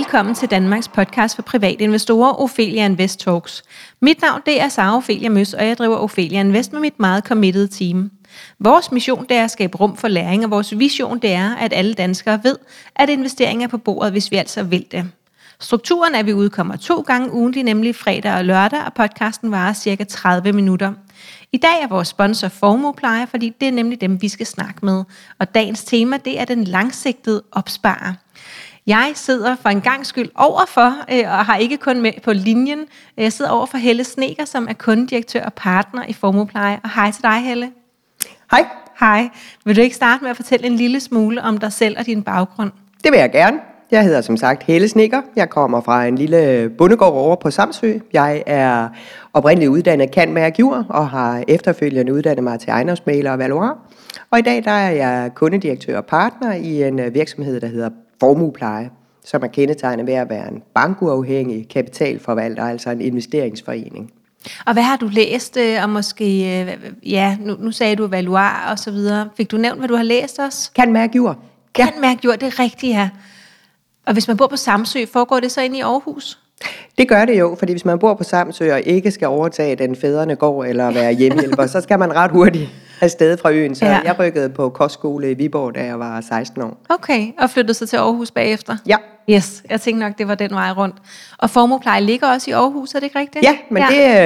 Velkommen til Danmarks podcast for private investorer, Ophelia Invest Talks. Mit navn det er Sara Ophelia Møs, og jeg driver Ophelia Invest med mit meget committed team. Vores mission det er at skabe rum for læring, og vores vision det er, at alle danskere ved, at investering er på bordet, hvis vi altså vil det. Strukturen er, at vi udkommer 2 gange ugentlig, nemlig fredag og lørdag, og podcasten varer cirka 30 minutter. I dag er vores sponsor Formuepleje, fordi det er nemlig dem, vi skal snakke med. Og dagens tema det er den langsigtede opsparer. Jeg sidder for en gangs skyld overfor, og har ikke kun med på linjen. Jeg sidder overfor Helle Sneker, som er kundedirektør og partner i Formuepleje. Og hej til dig, Helle. Hej. Hej. Vil du ikke starte med at fortælle en lille smule om dig selv og din baggrund? Det vil jeg gerne. Jeg hedder som sagt Helle Sneker. Jeg kommer fra en lille bondegård over på Samsø. Jeg er oprindeligt uddannet cand.merc.jur. og har efterfølgende uddannet mig til ejendomsmægler og valuar. Og i dag der er jeg kundedirektør og partner i en virksomhed, der hedder Formuepleje, som er kendetegnet ved at være en bankuafhængig kapitalforvalter, altså en investeringsforening. Og hvad har du læst, og måske, nu sagde du valuar og så videre. Fik du nævnt, hvad du har læst også? Cand.merc.jur. Cand.merc.jur, det er rigtigt, ja. Og hvis man bor på Samsø, foregår det så inde i Aarhus? Det gør det jo, fordi hvis man bor på Samsø og ikke skal overtage den fædrene gård eller være hjemmehjælper, så skal man ret hurtigt afsted fra øen. Så ja. Jeg rykkede på kostskole i Viborg, da jeg var 16 år. Okay, og flyttede så til Aarhus bagefter? Ja. Yes, jeg tænkte nok, det var den vej rundt. Og Formuepleje ligger også i Aarhus, er det ikke rigtigt? Ja, men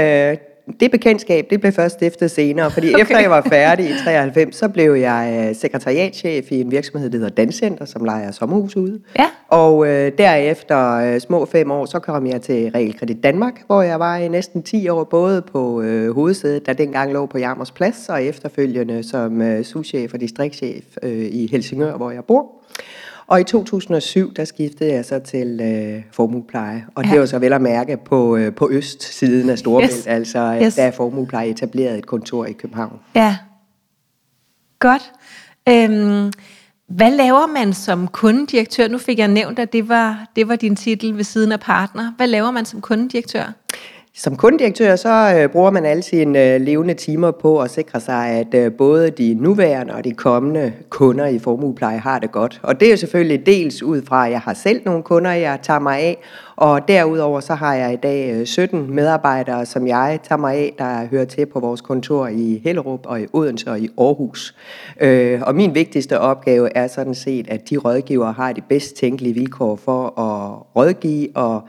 det bekendtskab, det blev først stiftet senere, fordi efter jeg var færdig i 93, så blev jeg sekretariatschef i en virksomhed, der hedder Dancenter, som lejer sommerhus ude. Ja. Og derefter små 5 år, så kom jeg til Realkredit Danmark, hvor jeg var i næsten 10 år, både på hovedsædet, der dengang lå på Jarmers Plads, og efterfølgende som souschef og distriktschef i Helsingør, hvor jeg bor. Og i 2007, der skiftede jeg så til Formuepleje, og det var så vel at mærke på østsiden af Storebælt, da Formuepleje etablerede et kontor i København. Ja, godt. Hvad laver man som kundedirektør? Nu fik jeg nævnt, at det var din titel ved siden af partner. Hvad laver man som kundedirektør? Som kundedirektør, så bruger man alle sine levende timer på at sikre sig, at både de nuværende og de kommende kunder i Formuepleje har det godt. Og det er jo selvfølgelig dels ud fra, at jeg har selv nogle kunder, jeg tager mig af, og derudover så har jeg i dag 17 medarbejdere, som jeg tager mig af, der hører til på vores kontor i Hellerup og i Odense og i Aarhus. Og min vigtigste opgave er sådan set, at de rådgivere har de bedst tænkelige vilkår for at rådgive og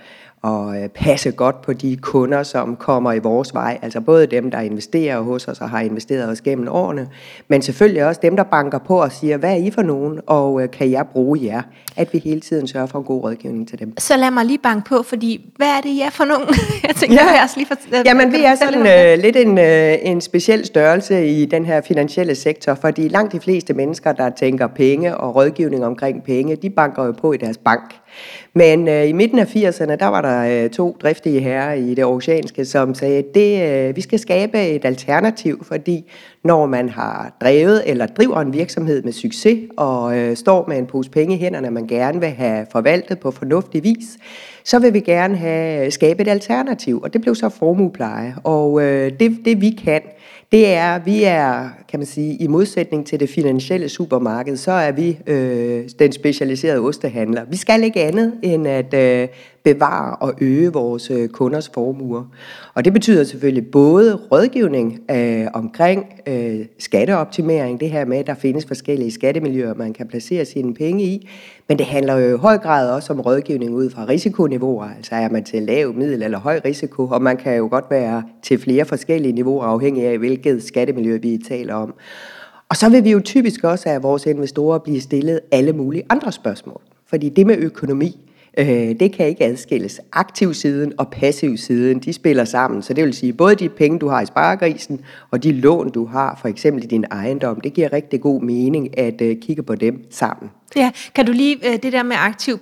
passe godt på de kunder, som kommer i vores vej. Altså både dem, der investerer hos os og har investeret os gennem årene, men selvfølgelig også dem, der banker på og siger, hvad er I for nogen, og kan jeg bruge jer? At vi hele tiden sørger for en god rådgivning til dem. Så lad mig lige banke på, fordi hvad er det, I er for nogen? Jeg tænker, Jamen, vi er sådan lidt en speciel størrelse i den her finansielle sektor, fordi langt de fleste mennesker, der tænker penge og rådgivning omkring penge, de banker jo på i deres bank. Men i midten af 80'erne, der var der 2 driftige herrer i det aarhusianske, som sagde, at vi skal skabe et alternativ, fordi når man har drevet eller driver en virksomhed med succes og står med en pose penge i hænderne, man gerne vil have forvaltet på fornuftig vis, så vil vi gerne skabe et alternativ, og det blev så Formuepleje. Og det vi kan, det er, vi er, kan man sige, i modsætning til det finansielle supermarked, så er vi den specialiserede ostehandler. Vi skal ikke andet end at bevare og øge vores kunders formuer. Og det betyder selvfølgelig både rådgivning omkring skatteoptimering, det her med, at der findes forskellige skattemiljøer, man kan placere sine penge i, men det handler jo i høj grad også om rådgivning ud fra risikoniveauer, altså er man til lav, middel eller høj risiko, og man kan jo godt være til flere forskellige niveauer, afhængig af hvilket skattemiljø vi taler om. Og så vil vi jo typisk også af vores investorer blive stillet alle mulige andre spørgsmål, fordi det med økonomi, det kan ikke adskilles. Aktiv siden og passiv siden, de spiller sammen. Så det vil sige, både de penge, du har i sparegrisen, og de lån, du har, for eksempel i din ejendom, det giver rigtig god mening at kigge på dem sammen. Ja, kan du lige, det der med aktiv,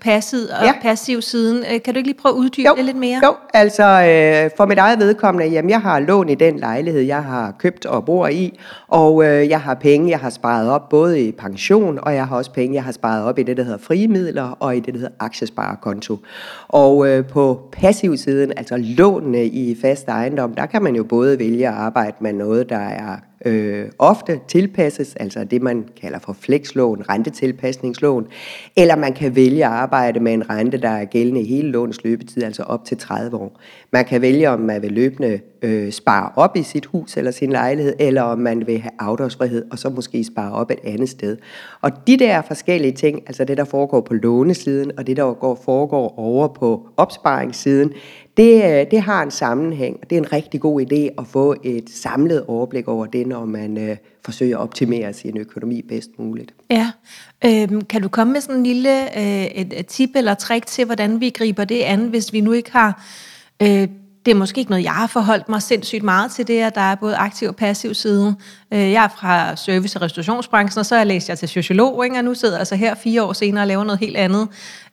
passiv siden, kan du ikke lige prøve at uddybe det lidt mere? Jo, altså for mit eget vedkommende, jamen jeg har lån i den lejlighed, jeg har købt og bor i, og jeg har penge, jeg har sparet op både i pension, og jeg har også penge, jeg har sparet op i det, der hedder frie midler, og i det, der hedder aktiesparekonto. Og på passiv siden, altså lånene i fast ejendom, der kan man jo både vælge at arbejde med noget, der er ofte tilpasses, altså det man kalder for flekslån, rentetilpasningslån, eller man kan vælge at arbejde med en rente, der er gældende i hele lånets løbetid, altså op til 30 år. Man kan vælge, om man vil løbende spare op i sit hus eller sin lejlighed, eller om man vil have afdragsfrihed, og så måske spare op et andet sted. Og de der forskellige ting, altså det der foregår på lånesiden, og det der foregår over på opsparingssiden, det har en sammenhæng, og det er en rigtig god idé at få et samlet overblik over det, når man forsøger at optimere sin økonomi bedst muligt. Ja, kan du komme med sådan en lille et tip eller trick til, hvordan vi griber det an, hvis vi nu ikke har... Det er måske ikke noget, jeg har forholdt mig sindssygt meget til det, at der er både aktiv og passiv side. Jeg er fra service- og restaurationsbranchen, og så har jeg læst til sociolog, ikke? Og nu sidder jeg altså her 4 år senere og laver noget helt andet.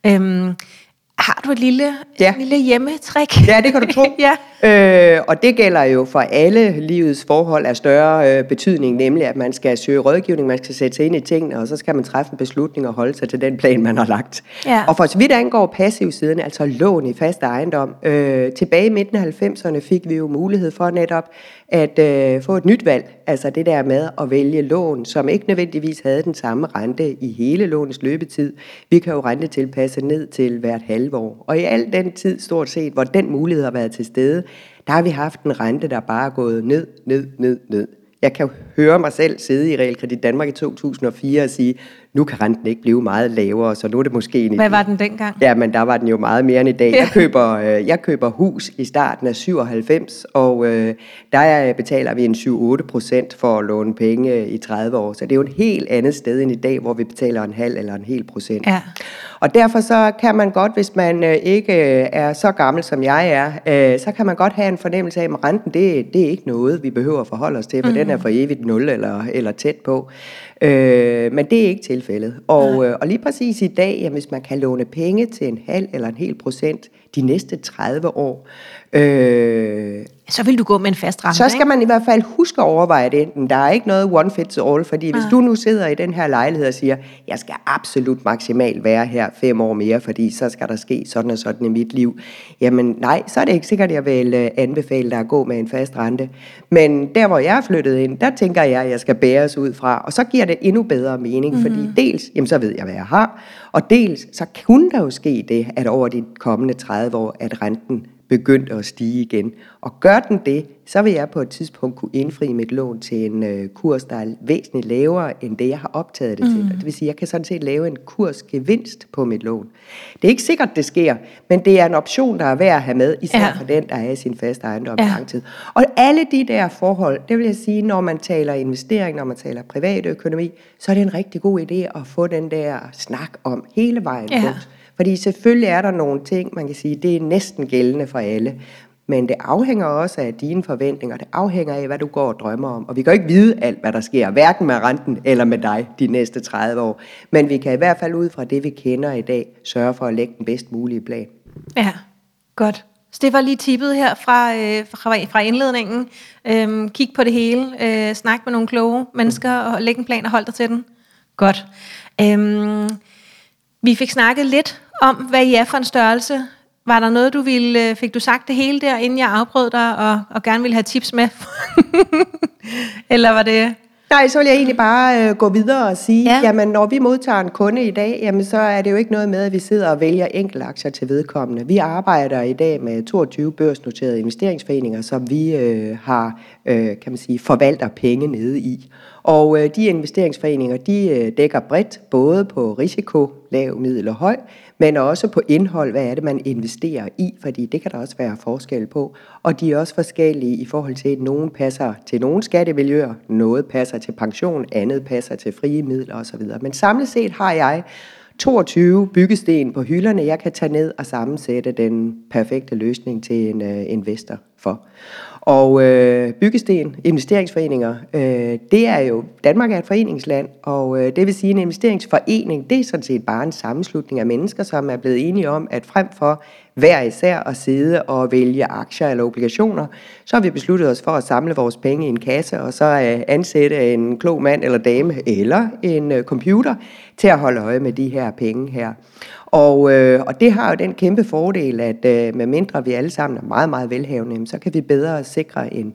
Har du et lille hjemmetrik? Ja, det kan du tro. Ja. Og det gælder jo for alle livets forhold af større betydning, nemlig at man skal søge rådgivning, man skal sætte sig ind i tingene, og så skal man træffe en beslutning og holde sig til den plan, man har lagt. Ja. Og for så vidt angår passivsiden, altså lån i fast ejendom, tilbage i midten af 90'erne fik vi jo mulighed for netop at få et nyt valg, altså det der med at vælge lån, som ikke nødvendigvis havde den samme rente i hele lånets løbetid. Vi kan jo rentetilpasse ned til hvert halve år. Og i al den tid, stort set, hvor den mulighed har været til stede, der har vi haft en rente, der bare er gået ned. Jeg kan jo høre mig selv sidde i Realkredit Danmark i 2004 og sige, nu kan renten ikke blive meget lavere, så nu er det måske en idé. Hvad var den dengang? Ja, men der var den jo meget mere end i dag. Jeg køber hus i starten af 97, og der betaler vi en 7-8% for at låne penge i 30 år. Så det er jo et helt andet sted end i dag, hvor vi betaler en halv eller en hel procent. Ja. Og derfor så kan man godt, hvis man ikke er så gammel som jeg er, så kan man godt have en fornemmelse af, at renten det er ikke noget, vi behøver at forholde os til, for den er for evigt 0 eller tæt på. Men det er ikke tilfældet. Og lige præcis i dag, jamen, hvis man kan låne penge til en halv eller en hel procent de næste 30 år, så vil du gå med en fast rente, så skal man i hvert fald huske at overveje det. Der er ikke noget one fits all, fordi hvis du nu sidder i den her lejlighed og siger, jeg skal absolut maksimalt være her 5 år mere, fordi så skal der ske sådan og sådan i mit liv. Jamen nej, så er det ikke sikkert, at jeg vil anbefale dig at gå med en fast rente. Men der, hvor jeg er flyttet ind, der tænker jeg, at jeg skal bæres ud fra. Og så giver det endnu bedre mening, fordi dels, jamen så ved jeg, hvad jeg har, og dels, så kunne der jo ske det, at over de kommende 30 år, at renten begyndte at stige igen. Og gør den det, så vil jeg på et tidspunkt kunne indfri mit lån til en kurs, der er væsentligt lavere end det, jeg har optaget det til. Det vil sige, at jeg kan sådan set lave en kursgevinst på mit lån. Det er ikke sikkert, det sker, men det er en option, der er værd at have med, især for den, der er i sin faste ejendom i lang tid. Og alle de der forhold, det vil jeg sige, når man taler investering, når man taler privatøkonomi, så er det en rigtig god idé at få den der snak om hele vejen rundt. Fordi selvfølgelig er der nogle ting, man kan sige, det er næsten gældende for alle. Men det afhænger også af dine forventninger, det afhænger af, hvad du går og drømmer om. Og vi kan jo ikke vide alt, hvad der sker, hverken med renten eller med dig de næste 30 år. Men vi kan i hvert fald ud fra det, vi kender i dag, sørge for at lægge den bedst mulige plan. Ja, godt. Så det var lige tippet her fra indledningen. Kig på det hele, snak med nogle kloge mennesker og læg en plan og hold dig til den. Godt. Vi fik snakket lidt om, hvad I er for en størrelse. Var der noget, fik du sagt det hele der, inden jeg afbrød dig, og gerne ville have tips med? Eller var det... Nej, så vil jeg egentlig bare gå videre og sige, jamen når vi modtager en kunde i dag, jamen så er det jo ikke noget med, at vi sidder og vælger enkeltaktier til vedkommende. Vi arbejder i dag med 22 børsnoterede investeringsforeninger, som vi har, kan man sige, forvalter penge nede i. Og de investeringsforeninger, de dækker bredt, både på risiko, lav, middel og høj, men også på indhold, hvad er det, man investerer i, fordi det kan der også være forskel på. Og de er også forskellige i forhold til, at nogen passer til nogle skattemiljøer, noget passer til pension, andet passer til frie midler osv. Men samlet set har jeg 22 byggesten på hylderne, jeg kan tage ned og sammensætte den perfekte løsning til en investor for. Og byggesten, investeringsforeninger, det er jo, Danmark er et foreningsland, og det vil sige, en investeringsforening, det er sådan set bare en sammenslutning af mennesker, som er blevet enige om, at frem for hver især at sidde og vælge aktier eller obligationer, så har vi besluttet os for at samle vores penge i en kasse, og så ansætte en klog mand eller dame, eller en computer, til at holde øje med de her penge her. Og det har jo den kæmpe fordel, at med mindre vi alle sammen er meget, meget velhavende, så kan vi bedre sikre en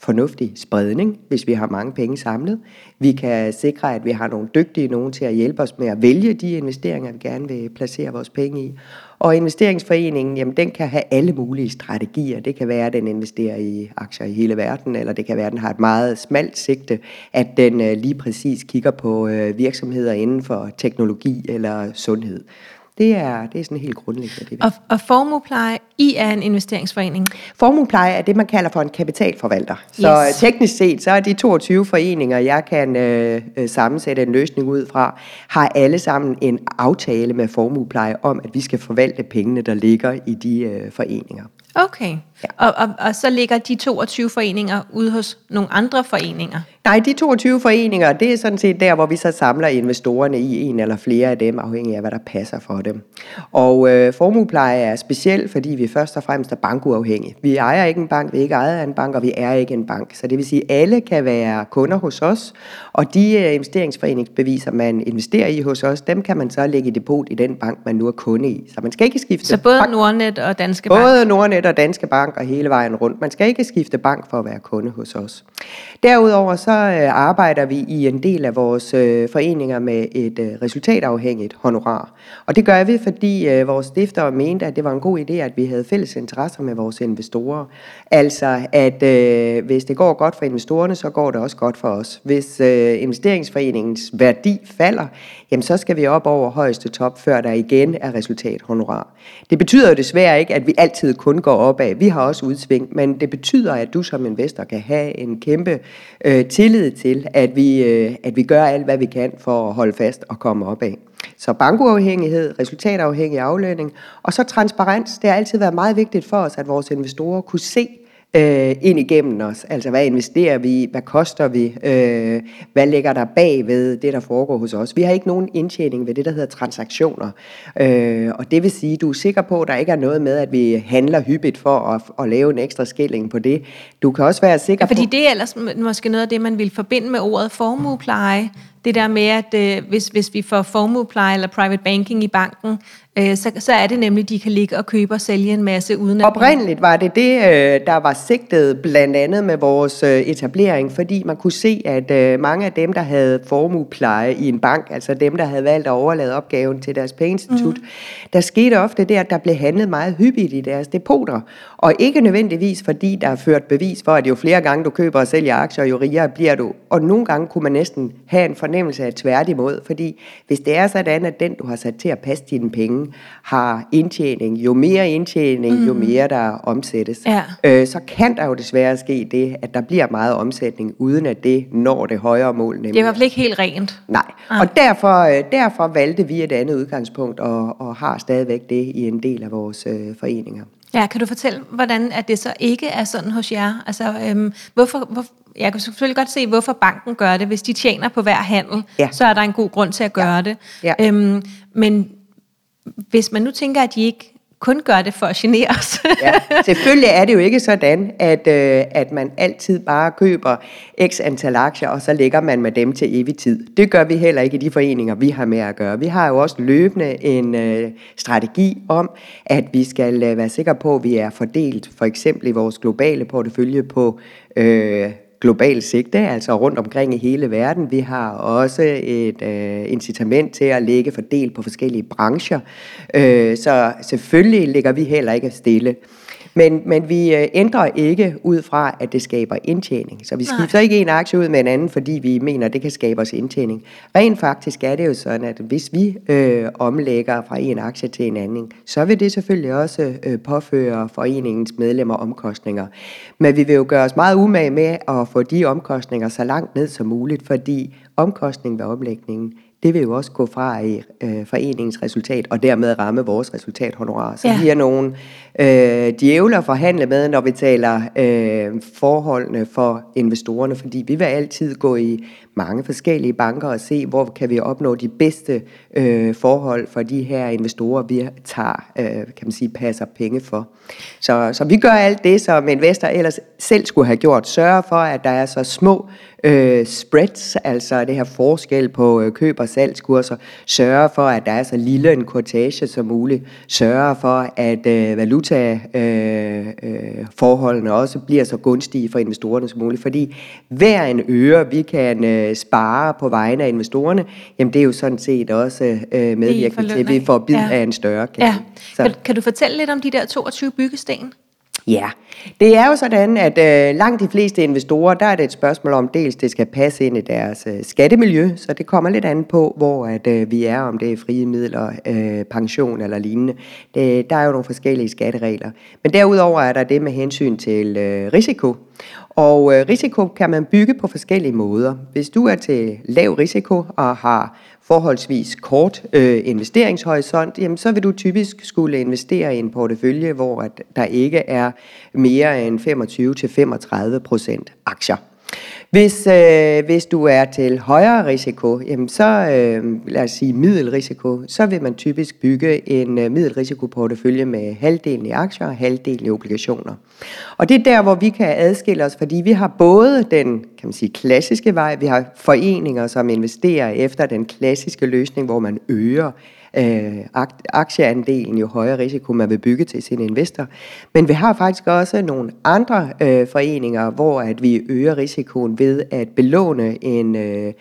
fornuftig spredning, hvis vi har mange penge samlet. Vi kan sikre, at vi har nogle dygtige nogen til at hjælpe os med at vælge de investeringer, vi gerne vil placere vores penge i. Og investeringsforeningen, jamen, den kan have alle mulige strategier. Det kan være, at den investerer i aktier i hele verden, eller det kan være, at den har et meget smalt sigte, at den lige præcis kigger på virksomheder inden for teknologi eller sundhed. Det er sådan helt grundlæggende. Det og Formuepleje, I er en investeringsforening? Formuepleje er det, man kalder for en kapitalforvalter. Så teknisk set, så er de 22 foreninger, jeg kan sammensætte en løsning ud fra, har alle sammen en aftale med Formuepleje om, at vi skal forvalte pengene, der ligger i de foreninger. Okay, ja. Og så ligger de 22 foreninger ude hos nogle andre foreninger? Nej, de 22 foreninger, det er sådan set der, hvor vi så samler investorerne i en eller flere af dem, afhængig af, hvad der passer for dem. Og Formuepleje er speciel, fordi vi først og fremmest er bankuafhængige. Vi ejer ikke en bank, vi er ikke ejet af en bank, og vi er ikke en bank. Så det vil sige, at alle kan være kunder hos os, og de investeringsforeningsbeviser, man investerer i hos os, dem kan man så lægge i depot i den bank, man nu er kunde i. Så man skal ikke skifte Så både Nordnet og Danske Bank? Både Nordnet og Danske Bank og hele vejen rundt. Man skal ikke skifte bank for at være kunde hos os. Derudover så arbejder vi i en del af vores foreninger med et resultatafhængigt honorar. Og det gør vi, fordi vores stiftere mente, at det var en god idé, at vi havde fælles interesser med vores investorer. Altså, at hvis det går godt for investorerne, så går det også godt for os. Hvis investeringsforeningens værdi falder, jamen så skal vi op over højeste top, før der igen er resultathonorar. Det betyder jo desværre ikke, at vi altid kun går opad. Vi har også udsving, men det betyder, at du som investor kan have en kæmpe tillid til, at vi gør alt, hvad vi kan for at holde fast og komme opad. Så bankuafhængighed, resultatafhængig aflønning, og så transparens. Det har altid været meget vigtigt for os, at vores investorer kunne se ind igennem os. Altså, hvad investerer vi i? Hvad koster vi? Hvad ligger der bag ved det, der foregår hos os? Vi har ikke nogen indtjening ved det, der hedder transaktioner. Og det vil sige, du er sikker på, at der ikke er noget med, at vi handler hyppigt for at lave en ekstra skilling på det. Du kan også være sikker på... Fordi det er ellers måske noget af det, man vil forbinde med ordet formuepleje. Det der med, at hvis vi får formuepleje eller private banking i banken, så er det nemlig, at de kan ligge og købe og sælge en masse uden at... Oprindeligt var det, der var sigtet blandt andet med vores etablering, fordi man kunne se, at mange af dem, der havde formuepleje i en bank, altså dem, der havde valgt at overlade opgaven til deres pengeinstitut, der skete ofte det, at der blev handlet meget hyppigt i deres depoter. Og ikke nødvendigvis, fordi der er ført bevis for, at jo flere gange du køber og sælger aktier, jo rigere bliver du. Og nogle gange kunne man næsten have en fornemmelse af tværtimod, fordi hvis det er sådan, at den, du har sat til at passe dine penge, har indtjening, jo mere indtjening, jo mere der omsættes, så kan der jo desværre ske det, at der bliver meget omsætning, uden at det når det højere mål. Nemlig. Det er i hvert fald ikke helt rent. Nej, og derfor valgte vi et andet udgangspunkt, og har stadigvæk det i en del af vores foreninger. Ja, kan du fortælle, hvordan at det så ikke er sådan hos jer? Altså, hvorfor jeg kan selvfølgelig godt se, hvorfor banken gør det. Hvis de tjener på hver handel, så er der en god grund til at gøre det. Ja. Men hvis man nu tænker, at de ikke kun gør det for at genere os. Selvfølgelig er det jo ikke sådan, at man altid bare køber x antal aktier, og så lægger man med dem til evig tid. Det gør vi heller ikke i de foreninger, vi har med at gøre. Vi har jo også løbende en strategi om, at vi skal være sikre på, at vi er fordelt, for eksempel i vores globale portefølje på globalt sigte, altså rundt omkring i hele verden. Vi har også et incitament til at lægge fordelt på forskellige brancher, så selvfølgelig ligger vi heller ikke stille. Men vi ændrer ikke ud fra, at det skaber indtjening. Så vi skifter ikke en aktie ud med en anden, fordi vi mener, at det kan skabe os indtjening. Rent faktisk er det jo sådan, at hvis vi omlægger fra en aktie til en anden, så vil det selvfølgelig også påføre foreningens medlemmer omkostninger. Men vi vil jo gøre os meget umage med at få de omkostninger så langt ned som muligt, fordi omkostningen ved omlægningen, det vil jo også gå fra i foreningens resultat, og dermed ramme vores resultathonorar. Så vi er nogle djævler at forhandle med, når vi taler forholdene for investorerne, fordi vi vil altid gå i mange forskellige banker og se, hvor kan vi opnå de bedste forhold for de her investorer, vi tager, kan man sige, passer penge for. Så vi gør alt det, som investor ellers selv skulle have gjort. Sørge for, at der er så små spreads, altså det her forskel på køb og salgskurser, sørge for, at der er så lille en kortage som muligt, sørge for, at valutaforholdene også bliver så gunstige for investorerne som muligt, fordi hver en øre, vi kan spare på vegne af investorerne, jamen det er jo sådan set også medvirkende til, at vi får bid af en større kage. Ja. Kan du fortælle lidt om de der 22 byggesten? Ja, det er jo sådan, at langt de fleste investorer, der er det et spørgsmål om, dels det skal passe ind i deres skattemiljø, så det kommer lidt an på, hvor vi er, om det er frie midler, pension eller lignende. Der er jo nogle forskellige skatteregler. Men derudover er der det med hensyn til risiko. Og risiko kan man bygge på forskellige måder. Hvis du er til lav risiko og har forholdsvis kort investeringshorisont, jamen så vil du typisk skulle investere i en portefølje, hvor der ikke er mere end 25-35% aktier. Hvis du er til højere risiko, jamen så lad os sige middelrisiko, så vil man typisk bygge en middelrisikoportefølje med halvdelen i aktier og halvdelen i obligationer. Og det er der, hvor vi kan adskille os, fordi vi har både den, kan man sige, klassiske vej, vi har foreninger, som investerer efter den klassiske løsning, hvor man øger aktieandelen, jo højere risiko man vil bygge til sine investorer. Men vi har faktisk også nogle andre foreninger, hvor at vi øger risikoen ved at belåne en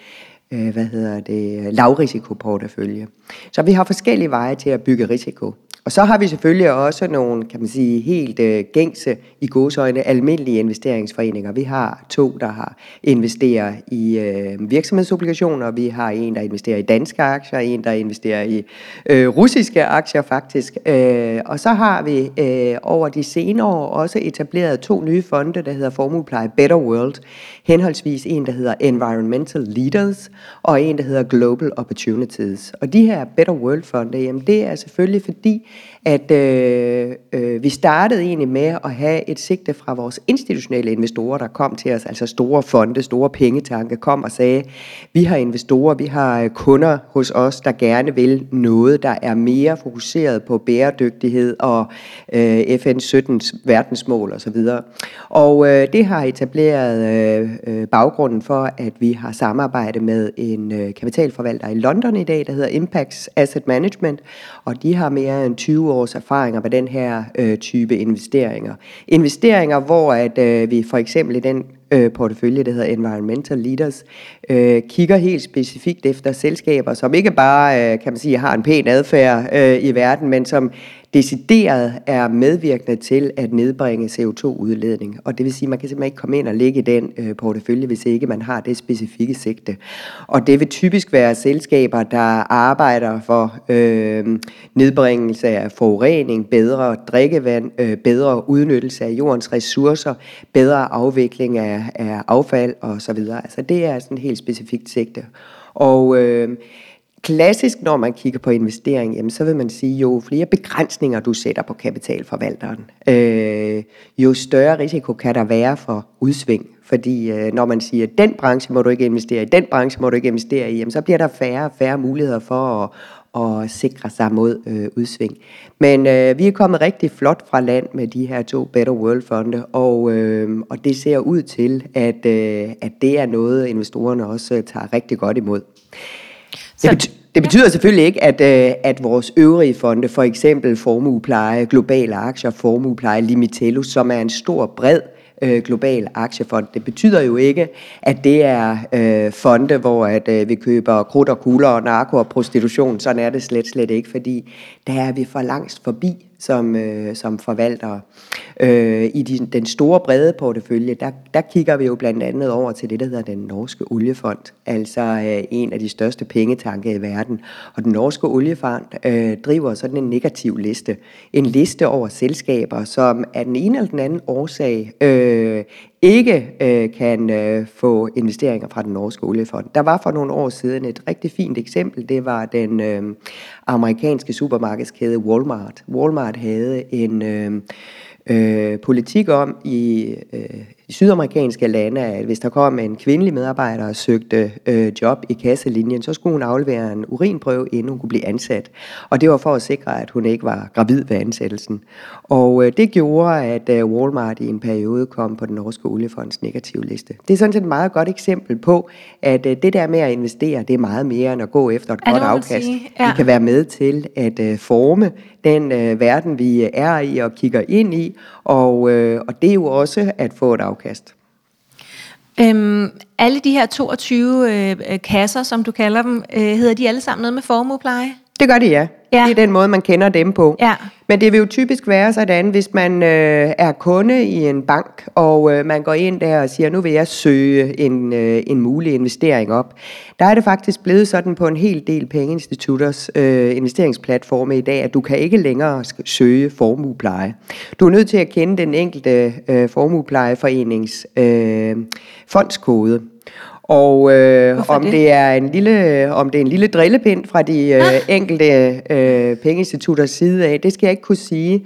lavrisikoportefølje. Så vi har forskellige veje til at bygge risiko. Og så har vi selvfølgelig også nogle, kan man sige, helt gængse i gåseøjne almindelige investeringsforeninger. Vi har 2, der investerer i virksomhedsobligationer. Vi har en, der investerer i danske aktier, en, der investerer i russiske aktier faktisk. Og så har vi over de senere år også etableret 2 nye fonde, der hedder Formuepleje Better World. Henholdsvis en, der hedder Environmental Leaders, og en, der hedder Global Opportunities. Og de her Better World fonde, jamen det er selvfølgelig fordi, at vi startede egentlig med at have et sigte fra vores institutionelle investorer, der kom til os, altså store fonde, store pengetanke, kom og sagde, vi har investorer, vi har kunder hos os, der gerne vil noget, der er mere fokuseret på bæredygtighed og FN 17's verdensmål osv. Og det har etableret baggrunden for, at vi har samarbejdet med en kapitalforvalter i London i dag, der hedder Impax Asset Management, og de har mere end 20 års erfaringer med den her type investeringer. Investeringer, hvor at vi for eksempel i den portefølje, der hedder Environmental Leaders, kigger helt specifikt efter selskaber, som ikke bare, kan man sige, har en pæn adfærd i verden, men som decideret er medvirkende til at nedbringe CO2-udledning. Og det vil sige, at man kan simpelthen ikke komme ind og lægge i den portefølje, hvis ikke man har det specifikke sigte. Og det vil typisk være selskaber, der arbejder for nedbringelse af forurening, bedre drikkevand, bedre udnyttelse af jordens ressourcer, bedre afvikling af affald osv. Altså det er sådan et helt specifikt sigte. Og klassisk, når man kigger på investering, jamen, så vil man sige, jo flere begrænsninger du sætter på kapitalforvalteren, jo større risiko kan der være for udsving. Fordi når man siger, at den branche må du ikke investere i, den branche må du ikke investere i, jamen, så bliver der færre muligheder for at sikre sig mod udsving. Men vi er kommet rigtig flot fra land med de her 2 Better World fonde, og det ser ud til, at det er noget, investorerne også tager rigtig godt imod. Det betyder selvfølgelig ikke, at vores øvrige fonde, for eksempel Formuepleje, Globale Aktier, Formuepleje, Limitello, som er en stor, bred global aktiefond, det betyder jo ikke, at det er fonde, hvor at vi køber krudt og kugler og narko og prostitution. Sådan er det slet ikke, fordi der er vi for langt forbi som forvaltere. I den store brede portefølje, der kigger vi jo blandt andet over til det, der hedder den norske oliefond, altså en af de største pengetanke i verden. Og den norske oliefond driver sådan en negativ liste. En liste over selskaber, som af den ene eller den anden årsag ikke kan få investeringer fra den norske oliefond. Der var for nogle år siden et rigtig fint eksempel. Det var den amerikanske supermarkedskæde Walmart. Walmart havde en politik om i de sydamerikanske lande, at hvis der kom en kvindelig medarbejder og søgte job i kasselinjen, så skulle hun aflevere en urinprøve, inden hun kunne blive ansat. Og det var for at sikre, at hun ikke var gravid ved ansættelsen. Og det gjorde, at Walmart i en periode kom på den norske oliefonds negative liste. Det er sådan set et meget godt eksempel på, at det der med at investere, det er meget mere end at gå efter et godt afkast. Ja. Vi kan være med til at forme den verden, vi er i og kigger ind i, og det er jo også at få et afkast. Alle de her 22 kasser, som du kalder dem, hedder de alle sammen noget med formuepleje? Det gør de, ja. Det er den måde, man kender dem på. Ja. Men det vil jo typisk være sådan, hvis man er kunde i en bank, og man går ind der og siger, nu vil jeg søge en mulig investering op. Der er det faktisk blevet sådan på en hel del pengeinstitutters investeringsplatforme i dag, at du kan ikke længere søge formuepleje. Du er nødt til at kende den enkelte formueplejeforenings fondskode. Og om det er en lille drillepind fra de enkelte pengeinstitutters side af, det skal jeg ikke kunne sige.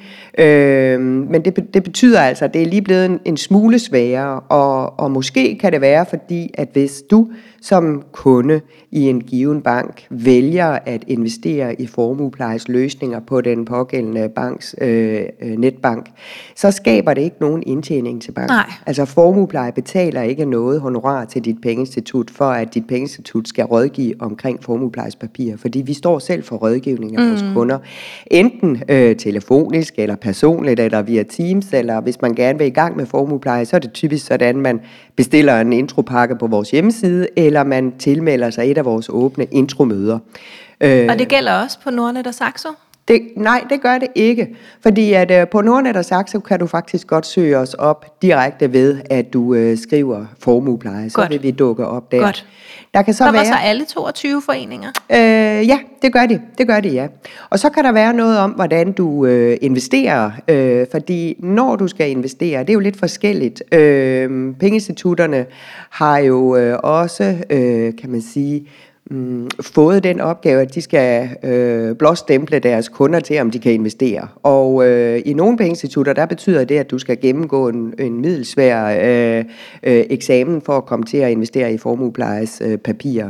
Men det betyder altså, at det er lige blevet en smule sværere, og måske kan det være, fordi at hvis du som kunde i en given bank vælger at investere i formueplejesløsninger på den pågældende banks netbank, så skaber det ikke nogen indtjening til banken. Nej. Altså formuepleje betaler ikke noget honorar til dit pengeinstitut, for at dit pengeinstitut skal rådgive omkring formueplejespapirer, fordi vi står selv for rådgivning af vores kunder, enten telefonisk eller personligt, eller via Teams, eller hvis man gerne vil i gang med formuepleje, så er det typisk sådan, man bestiller en intropakke på vores hjemmeside, eller man tilmelder sig et af vores åbne intromøder. Og det gælder også på Nordnet og Saxo? Nej, det gør det ikke, fordi at på Nordnet og Saxo kan du faktisk godt søge os op direkte ved, at du skriver formuepleje, så vil vi dukke op der. Godt. Der kan så der være, var så alle 22 foreninger? Ja, det gør de, ja. Og så kan der være noget om, hvordan du investerer, fordi når du skal investere, det er jo lidt forskelligt. Pengeinstitutterne har jo også, kan man sige, fået den opgave, at de skal blåstemple deres kunder til, om de kan investere. Og i nogle pengeinstitutter, der betyder det, at du skal gennemgå en middelsvær eksamen for at komme til at investere i formueplejes papirer.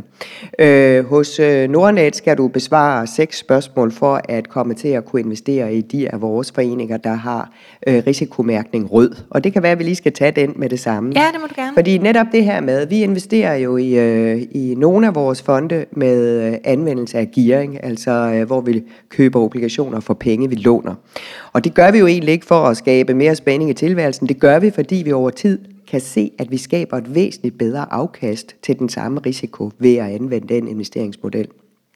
Hos Nordnet skal du besvare 6 spørgsmål for at komme til at kunne investere i de af vores foreninger, der har risikomærkning rød. Og det kan være, at vi lige skal tage den med det samme. Ja, det må du gerne. Fordi netop det her med, vi investerer jo i nogle af vores fonde med anvendelse af gearing, altså hvor vi køber obligationer for penge, vi låner. Og det gør vi jo egentlig ikke for at skabe mere spænding i tilværelsen. Det gør vi, fordi vi over tid kan se, at vi skaber et væsentligt bedre afkast til den samme risiko ved at anvende den investeringsmodel.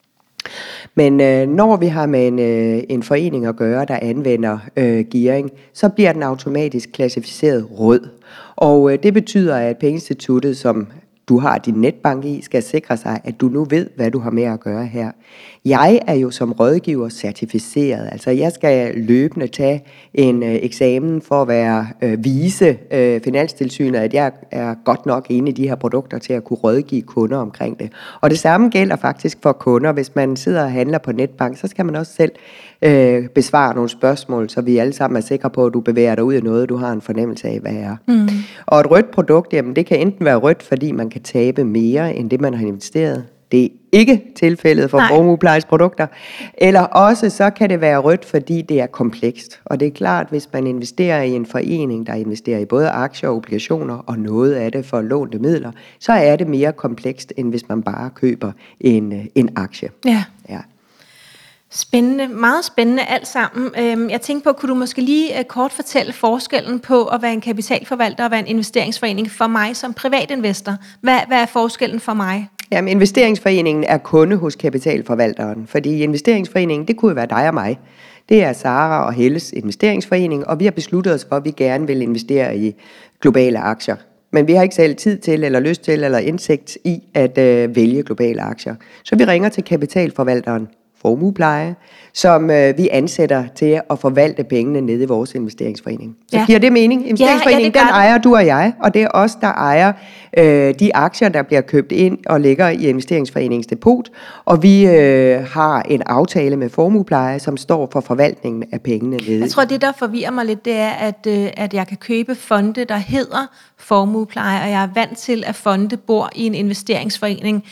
Men når vi har med en forening at gøre, der anvender gearing, så bliver den automatisk klassificeret rød. Og det betyder, at pengeinstituttet, som du har din netbank i, skal sikre sig, at du nu ved, hvad du har med at gøre her. Jeg er jo som rådgiver certificeret, altså jeg skal løbende tage en eksamen for at vise Finanstilsynet, at jeg er godt nok inde i de her produkter til at kunne rådgive kunder omkring det. Og det samme gælder faktisk for kunder. Hvis man sidder og handler på netbank, så skal man også selv besvare nogle spørgsmål, så vi alle sammen er sikre på, at du bevæger dig ud af noget, du har en fornemmelse af, hvad er. Og et rødt produkt, jamen det kan enten være rødt, fordi man kan tabe mere, end det man har investeret. Det er ikke tilfældet for formueplejesprodukter. Eller også så kan det være rødt, fordi det er komplekst. Og det er klart, hvis man investerer i en forening, der investerer i både aktier og obligationer, og noget af det for lånte midler, så er det mere komplekst, end hvis man bare køber en aktie. Ja. Ja. Spændende, meget spændende alt sammen. Jeg tænkte på, kunne du måske lige kort fortælle forskellen på at være en kapitalforvalter og være en investeringsforening for mig som privatinvestor? Hvad er forskellen for mig? Jamen, investeringsforeningen er kunde hos kapitalforvalteren, fordi investeringsforeningen, det kunne være dig og mig. Det er Sara og Helles investeringsforening, og vi har besluttet os for, at vi gerne vil investere i globale aktier. Men vi har ikke selv tid til, eller lyst til, eller indsigt i at vælge globale aktier. Så vi ringer til kapitalforvalteren formuepleje, som vi ansætter til at forvalte pengene nede i vores investeringsforening. Så Ja. giver det mening? Investeringsforeningen, den ejer du og jeg, og det er os, der ejer de aktier, der bliver købt ind og ligger i investeringsforeningens depot, og vi har en aftale med formuepleje, som står for forvaltningen af pengene nede. Jeg tror, det der forvirrer mig lidt, det er, at jeg kan købe fonde, der hedder formuepleje, og jeg er vant til, at fonde bor i en investeringsforening.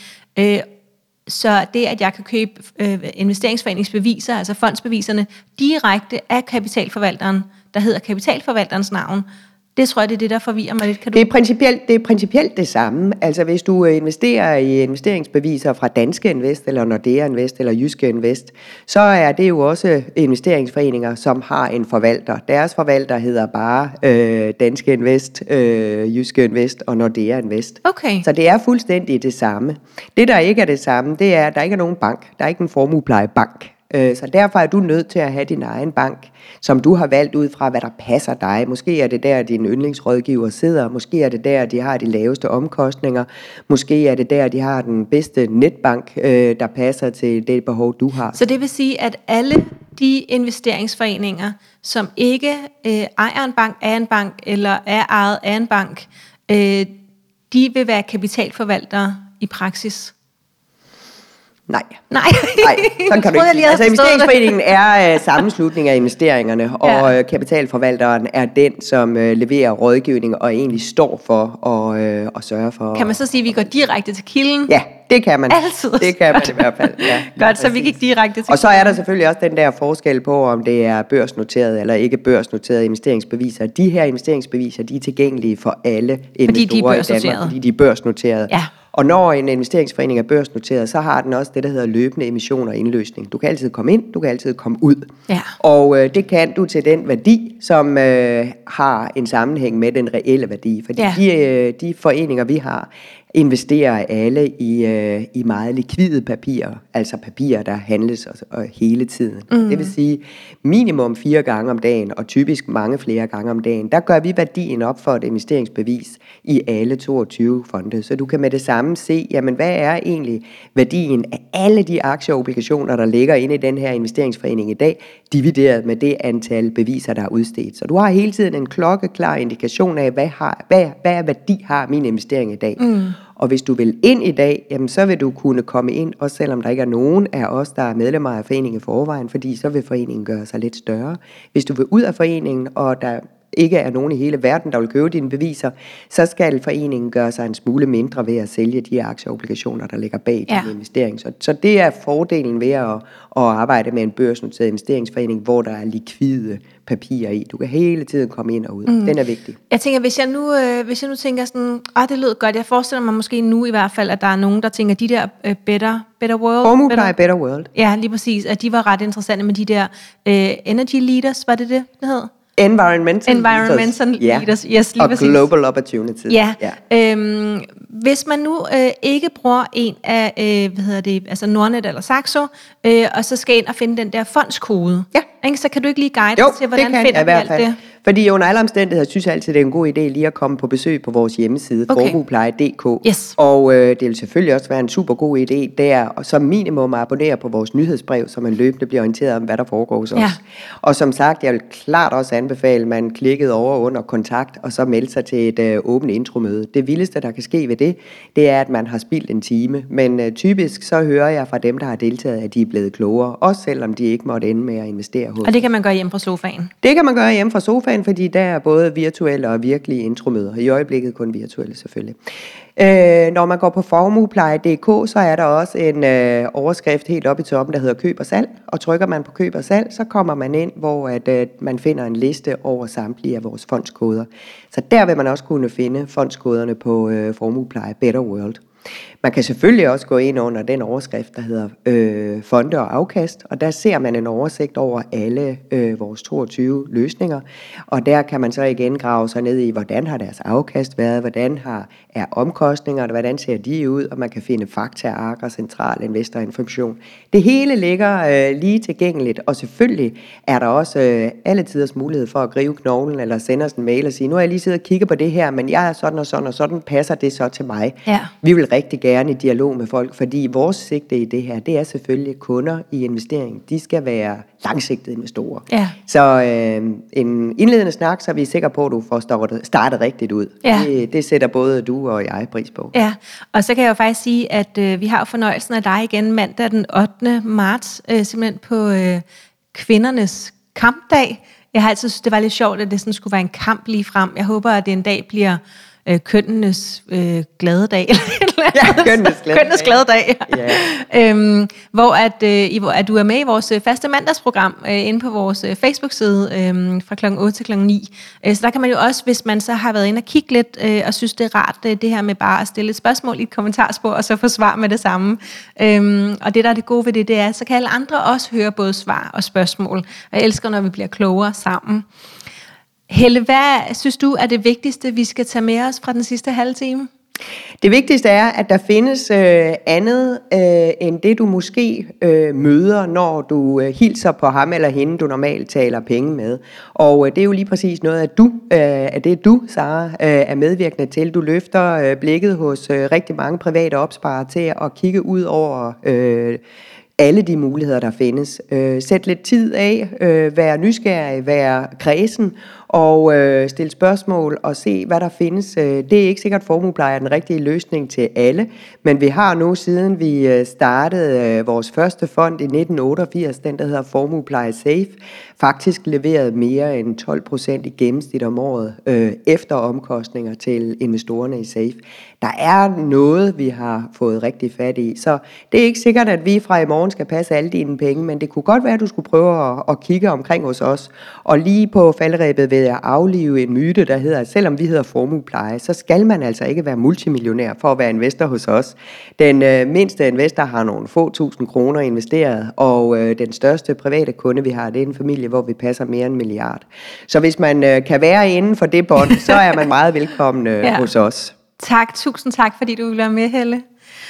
Så det, at jeg kan købe investeringsforeningsbeviser, altså fondsbeviserne, direkte af kapitalforvalteren, der hedder kapitalforvalterens navn, det tror jeg, det er det, der forvirrer mig lidt. Det er principielt det samme. Altså hvis du investerer i investeringsbeviser fra Danske Invest, eller Nordea Invest, eller Jyske Invest, så er det jo også investeringsforeninger, som har en forvalter. Deres forvalter hedder bare Danske Invest, Jyske Invest og Nordea Invest. Okay. Så det er fuldstændig det samme. Det, der ikke er det samme, det er, at der ikke er nogen bank. Der er ikke en formueplejebank. Så derfor er du nødt til at have din egen bank, som du har valgt ud fra, hvad der passer dig. Måske er det der, din yndlingsrådgiver sidder. Måske er det der, de har de laveste omkostninger. Måske er det der, de har den bedste netbank, der passer til det behov, du har. Så det vil sige, at alle de investeringsforeninger, som ikke ejer en bank, er en bank, eller er ejet af en bank, de vil være kapitalforvaltere i praksis? Nej, sådan kan du ikke. Altså investeringsforeningen er sammenslutning af investeringerne, og kapitalforvalteren er den, som leverer rådgivning og egentlig står for at sørge for. Kan man så sige, at vi går direkte til kilden? Ja, det kan man. Altid. Det kan man i hvert fald. Ja, godt, så vi gik direkte til kilden. Og så er der selvfølgelig også den der forskel på, om det er børsnoteret eller ikke børsnoteret investeringsbeviser. De her investeringsbeviser, de er tilgængelige for alle investorer i Danmark, fordi de er børsnoterede. Ja. Og når en investeringsforening er børsnoteret, så har den også det, der hedder løbende emission og indløsning. Du kan altid komme ind, du kan altid komme ud. Ja. Og det kan du til den værdi, som har en sammenhæng med den reelle værdi. Fordi de foreninger, vi har, investerer alle i meget likvide papirer, altså papirer, der handles hele tiden. Det vil sige minimum 4 gange om dagen, og typisk mange flere gange om dagen. Der gør vi værdien op for et investeringsbevis i alle 22 fonde. Så du kan med det samme se, jamen hvad er egentlig værdien af alle de aktier og obligationer, der ligger inde i den her investeringsforening i dag, divideret med det antal beviser, der er udstedt. Så du har hele tiden en klokkeklar indikation af, hvad værdi har min investering i dag. Og hvis du vil ind i dag, jamen så vil du kunne komme ind, også selvom der ikke er nogen af os, der er medlemmer af foreningen i forvejen, fordi så vil foreningen gøre sig lidt større. Hvis du vil ud af foreningen, og der ikke er nogen i hele verden, der vil købe dine beviser, så skal foreningen gøre sig en smule mindre ved at sælge de aktier-obligationer, der ligger bag din investering. Så det er fordelen ved at arbejde med en børsnoteret investeringsforening, hvor der er likvide papirer i. Du kan hele tiden komme ind og ud. Den er vigtig. Jeg tænker, hvis jeg nu tænker sådan, det lød godt. Jeg forestiller mig måske nu i hvert fald, at der er nogen, der tænker, de der Better World. Formuepleje Better World. Ja, lige præcis. At de var ret interessante med de der Energy Leaders, var det hed? Environmental Leaders, yes, lige og præcis. Global Opportunities. Ja. Hvis man nu ikke bruger en af, altså Nordnet eller Saxo, og så skal ind og finde den der fondskode, så kan du ikke lige guide os til, hvordan finder vi alt det? Fordi under alle omstændigheder synes jeg altid, det er en god idé lige at komme på besøg på vores hjemmeside, formuepleje.dk. Yes. Og det vil selvfølgelig også være en super god idé der, og som minimum at abonnere på vores nyhedsbrev, så man løbende bliver orienteret om, hvad der foregår hos os. Og som sagt, jeg vil klart også anbefale, at man klikkede over under kontakt, og så meldte sig til et åbent intromøde. Det vildeste, der kan ske ved det er, at man har spildt en time. Men typisk så hører jeg fra dem, der har deltaget, at de er blevet klogere, også selvom de ikke måtte ende med at investere hos. Og det kan man gøre hjemme fra sofaen? Det kan man gøre hjemme fra sofaen, fordi der er både virtuelle og virkelige intromøder. I øjeblikket kun virtuelle selvfølgelig. Når man går på formuepleje.dk, så er der også en overskrift helt oppe i toppen, der hedder køb og salg. Og trykker man på køb og salg, så kommer man ind, hvor man finder en liste over samtlige af vores fondskoder. Så der vil man også kunne finde fondskoderne på formuepleje Better World. Man kan selvfølgelig også gå ind under den overskrift, der hedder fonde og afkast, og der ser man en oversigt over alle vores 22 løsninger, og der kan man så igen grave sig ned i, hvordan har deres afkast været, hvordan er omkostningerne, hvordan ser de ud, og man kan finde faktaark og central investorinformation. Det hele ligger lige tilgængeligt, og selvfølgelig er der også alle tiders mulighed for at gribe knoglen, eller sende os en mail og sige, nu har jeg lige siddet og kigget på det her, men jeg er sådan og sådan, og sådan passer det så til mig. Ja. Vi vil rigtig gerne gerne i dialog med folk, fordi vores sigte i det her, det er selvfølgelig kunder i investering. De skal være langsigtede investorer. Ja. Så en indledende snak, så er vi sikre på, at du får startet rigtigt ud. Ja. Det sætter både du og jeg pris på. Ja, og så kan jeg jo faktisk sige, at vi har fornøjelsen af dig igen mandag den 8. marts, simpelthen på kvindernes kampdag. Jeg har altid synes, det var lidt sjovt, at det sådan skulle være en kamp lige frem. Jeg håber, at det en dag bliver kønnenes glade dag. Ja, kønnenes glade dag. Ja. Hvor at du er med i vores faste mandagsprogram inde på vores Facebook-side fra kl. 8 til kl. 9. Så der kan man jo også, hvis man så har været inde og kigge lidt og synes, det er rart, det her med bare at stille et spørgsmål i et kommentarspor, og så få svar med det samme. Og det, der er det gode ved det, det er, så kan alle andre også høre både svar og spørgsmål. Og jeg elsker, når vi bliver klogere sammen. Helle, hvad synes du er det vigtigste, vi skal tage med os fra den sidste halve time? Det vigtigste er, at der findes andet end det, du måske møder, når du hilser på ham eller hende, du normalt taler penge med. Og det er jo lige præcis noget af det, du, Sara, er medvirkende til. Du løfter blikket hos rigtig mange private opsparere til at kigge ud over alle de muligheder, der findes. Sæt lidt tid af, vær nysgerrig, vær kredsen, og stille spørgsmål og se, hvad der findes. Det er ikke sikkert, at formuepleje er den rigtige løsning til alle, men vi har nu, siden vi startede vores første fond i 1988, den der hedder Formuepleje Safe, faktisk leveret mere end 12% i gennemsnit om året efter omkostninger til investorerne i Safe. Der er noget, vi har fået rigtig fat i, så det er ikke sikkert, at vi fra i morgen skal passe alle dine penge, men det kunne godt være, at du skulle prøve at kigge omkring hos os, og lige på falderebet ved at aflive en myte, der hedder, at selvom vi hedder formuepleje, så skal man altså ikke være multimillionær for at være investor hos os. Den mindste investor har nogle få tusind kroner investeret, og den største private kunde, vi har, det er en familie, hvor vi passer mere end 1 milliard. Så hvis man kan være inden for det bånd, så er man meget velkommen hos os. Tak, tusind tak, fordi du vil være med, Helle.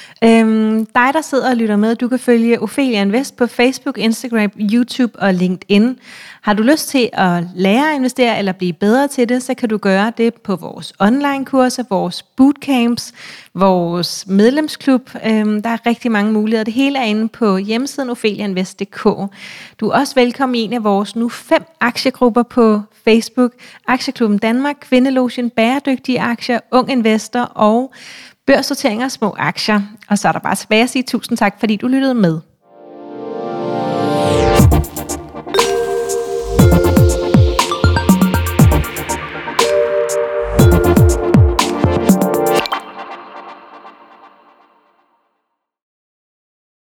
Dig, der sidder og lytter med, du kan følge Ophelia Invest på Facebook, Instagram, YouTube og LinkedIn. Har du lyst til at lære at investere eller blive bedre til det, så kan du gøre det på vores online-kurser, vores bootcamps, vores medlemsklub. Der er rigtig mange muligheder. Det hele er inde på hjemmesiden opheliainvest.dk. Du er også velkommen i en af vores nu 5 aktiegrupper på Facebook. Aktieklubben Danmark, Kvindelogen, Bæredygtige Aktier, Ung Investor og Børssortering af små aktier. Og så er der bare tilbage at sige tusind tak, fordi du lyttede med.